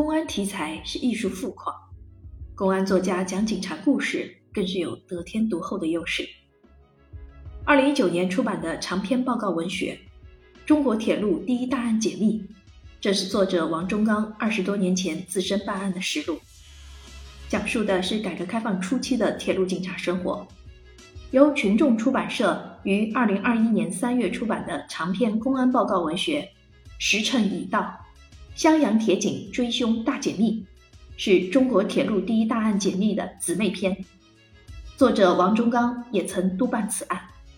公安题材是艺术富矿，公安作家讲警察故事更是有得天独厚的优势。2019年出版的长篇报告文学《中国铁路第一大案解密》，这是作者王忠刚20多年前自身办案的实录，讲述的是改革开放初期的铁路警察生活。由群众出版社于2021年3月出版的长篇公安报告文学《时辰已到，襄阳铁警追凶大解密》，是中国铁路第一大案解密的姊妹篇。作者王忠刚也曾督办此案。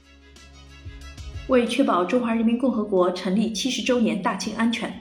为确保中华人民共和国成立70周年大庆安全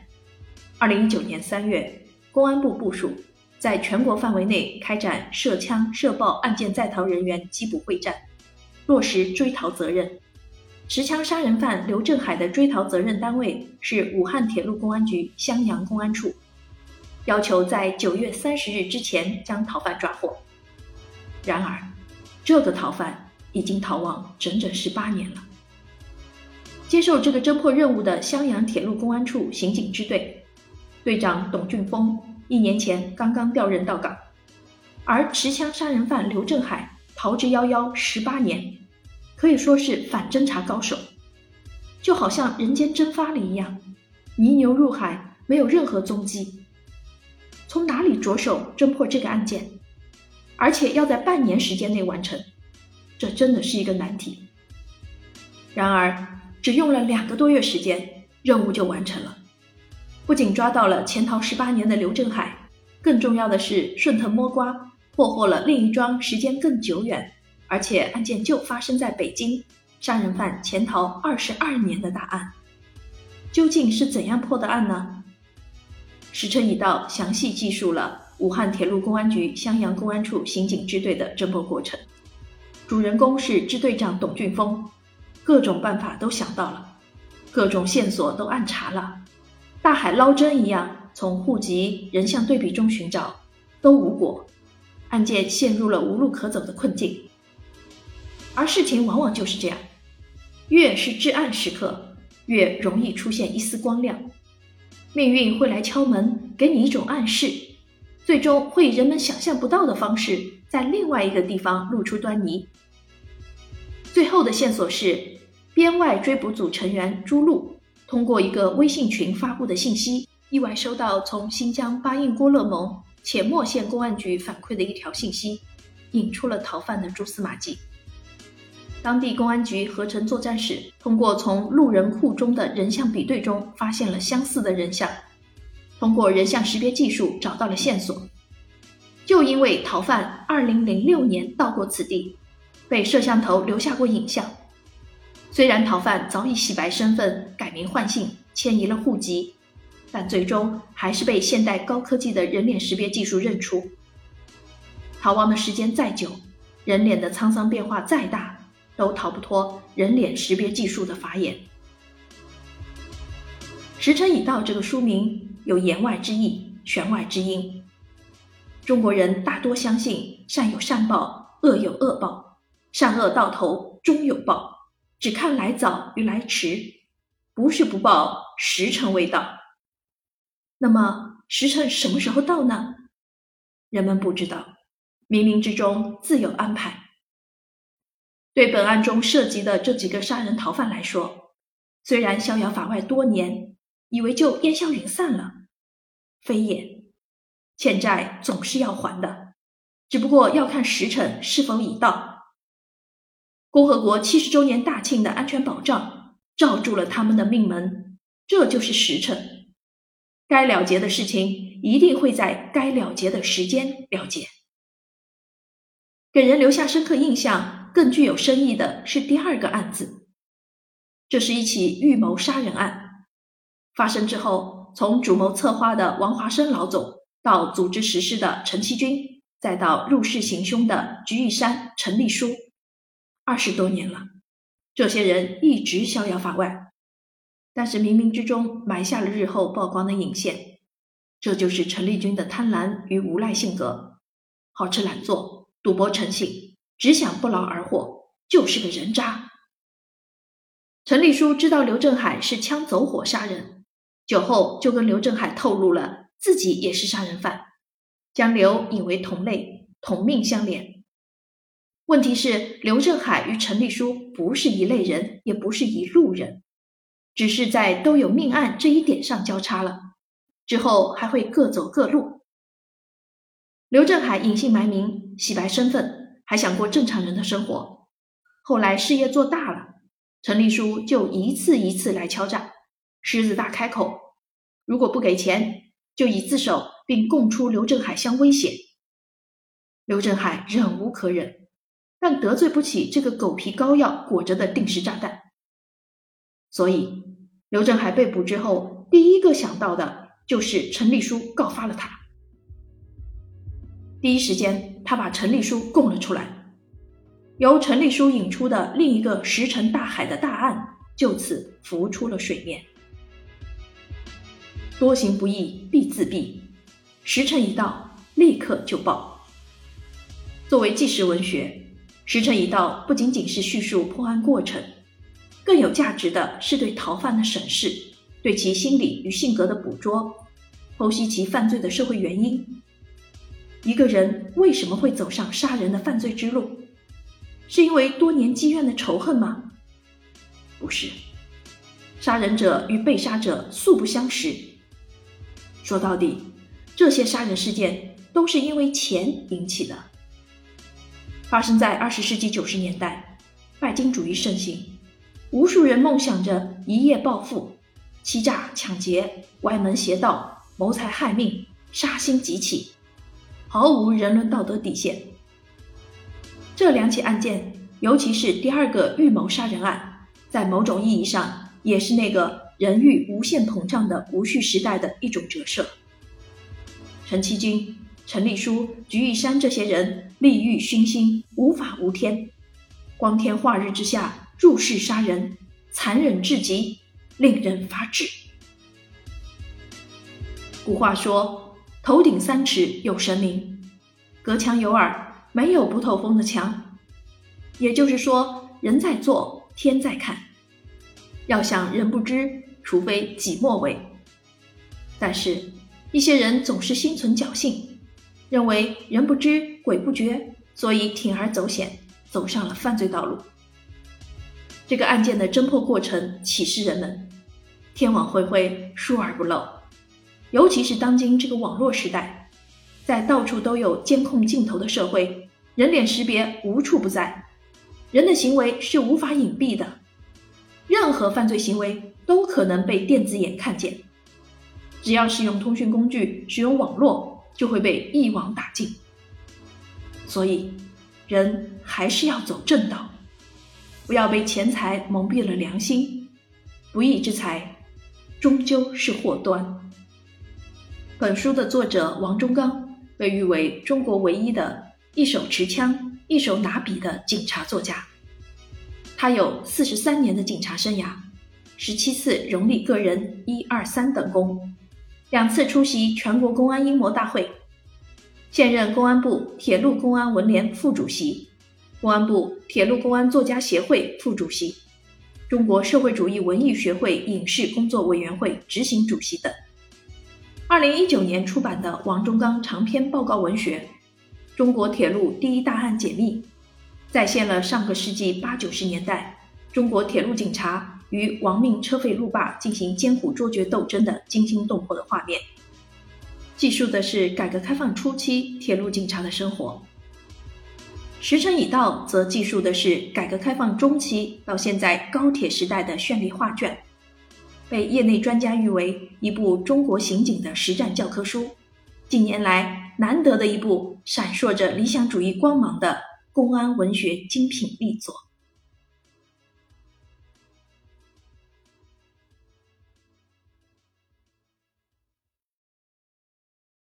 ，2019年3月，公安部部署在全国范围内开展涉枪涉爆案件在逃人员缉捕会战，落实追逃责任。持枪杀人犯刘振海的追逃责任单位是武汉铁路公安局襄阳公安处，要求在9月30日之前将逃犯抓获。然而，这个逃犯已经逃亡整整18年了。接受这个侦破任务的襄阳铁路公安处刑警支队队长董俊峰1年前刚刚调任到岗，而持枪杀人犯刘振海逃之夭夭18年，可以说是反侦查高手，就好像人间蒸发了一样，泥牛入海，没有任何踪迹。从哪里着手侦破这个案件？而且要在半年时间内完成，这真的是一个难题。然而只用了2个多月时间，任务就完成了。不仅抓到了潜逃18年的刘振海，更重要的是顺藤摸瓜，破获了另一桩时间更久远，而且案件就发生在北京，杀人犯潜逃22年的大案。究竟是怎样破的案呢？时辰已到详细记述了武汉铁路公安局襄阳公安处刑警支队的侦破过程。主人公是支队长董俊峰，各种办法都想到了，各种线索都暗查了，大海捞针一样从户籍人像对比中寻找，都无果，案件陷入了无路可走的困境。而事情往往就是这样，越是至暗时刻，越容易出现一丝光亮。命运会来敲门，给你一种暗示，最终会以人们想象不到的方式，在另外一个地方露出端倪。最后的线索是编外追捕组成员朱露通过一个微信群发布的信息，意外收到从新疆巴音郭勒盟且末县公安局反馈的一条信息，引出了逃犯的蛛丝马迹。当地公安局合成作战室通过从路人库中的人像比对中发现了相似的人像，通过人像识别技术找到了线索。就因为逃犯2006年到过此地，被摄像头留下过影像。虽然逃犯早已洗白身份，改名换姓，迁移了户籍，但最终还是被现代高科技的人脸识别技术认出。逃亡的时间再久，人脸的沧桑变化再大，都逃不脱人脸识别技术的法眼。时辰已到这个书名有言外之意，弦外之音。中国人大多相信善有善报，恶有恶报，善恶到头终有报，只看来早与来迟，不是不报，时辰未到。那么时辰什么时候到呢？人们不知道，冥冥之中自有安排。对本案中涉及的这几个杀人逃犯来说，虽然逍遥法外多年，以为就烟消云散了，非也，欠债总是要还的，只不过要看时辰是否已到。共和国70周年大庆的安全保障罩住了他们的命门，这就是时辰。该了结的事情一定会在该了结的时间了结。给人留下深刻印象更具有深意的是第2个案子，这是一起预谋杀人案。发生之后，从主谋策划的王华生老总，到组织实施的陈其军，再到入室行凶的菊玉山、陈立书，20多年了，这些人一直逍遥法外，但是冥冥之中埋下了日后曝光的引线。这就是陈立军的贪婪与无赖性格，好吃懒做，赌博成性，只想不劳而获，就是个人渣。陈立书知道刘振海是枪走火杀人，酒后就跟刘振海透露了自己也是杀人犯，将刘引为同类，同命相连。问题是刘振海与陈立书不是一类人，也不是一路人，只是在都有命案这一点上交叉了，之后还会各走各路。刘振海隐姓埋名，洗白身份，还想过正常人的生活。后来事业做大了，陈立书就一次一次来敲诈，狮子大开口，如果不给钱，就以自首并供出刘振海相威胁。刘振海忍无可忍，但得罪不起这个狗皮膏药裹着的定时炸弹。所以刘振海被捕之后，第一个想到的就是陈立书告发了他。第一时间他把陈立书供了出来，由陈立书引出的另一个石沉大海的大案就此浮出了水面。多行不义必自毙，时辰一到，立刻就报。作为纪实文学，时辰一到不仅仅是叙述破案过程，更有价值的是对逃犯的审视，对其心理与性格的捕捉，剖析其犯罪的社会原因。一个人为什么会走上杀人的犯罪之路？是因为多年积怨的仇恨吗？不是，杀人者与被杀者素不相识。说到底，这些杀人事件都是因为钱引起的。发生在20世纪90年代，拜金主义盛行，无数人梦想着一夜暴富，欺诈、抢劫、歪门邪道、谋财害命，杀心即起，毫无人伦道德底线。这两起案件，尤其是第二个预谋杀人案，在某种意义上也是那个人欲无限膨胀的无序时代的一种折射。陈其军、陈立书、菊玉山这些人利欲熏心，无法无天，光天化日之下入室杀人，残忍至极，令人发指。古话说，头顶3尺有神明，隔墙有耳，没有不透风的墙。也就是说，人在做，天在看。要想人不知，除非己莫为。但是一些人总是心存侥幸，认为人不知鬼不觉，所以铤而走险，走上了犯罪道路。这个案件的侦破过程启示人们，天网恢恢，疏而不漏。尤其是当今这个网络时代，在到处都有监控镜头的社会，人脸识别无处不在，人的行为是无法隐蔽的，任何犯罪行为都可能被电子眼看见。只要使用通讯工具，使用网络，就会被一网打尽。所以人还是要走正道，不要被钱财蒙蔽了良心，不义之财终究是祸端。本书的作者王忠刚被誉为中国唯一的一手持枪一手拿笔的警察作家。他有43年的警察生涯，17次荣立个人1、2、3等功，2次出席全国公安英模大会，现任公安部铁路公安文联副主席，公安部铁路公安作家协会副主席，中国社会主义文艺学会影视工作委员会执行主席等。2019年出版的王忠刚长篇报告文学《中国铁路第一大案解密》，再现了上个世纪80、90年代中国铁路警察与亡命车费路霸进行艰苦卓绝斗争的惊心动魄的画面，记述的是改革开放初期铁路警察的生活。时辰已到则记述的是改革开放中期到现在高铁时代的绚丽画卷，被业内专家誉为一部中国刑警的实战教科书，近年来难得的一部闪烁着理想主义光芒的公安文学精品力作。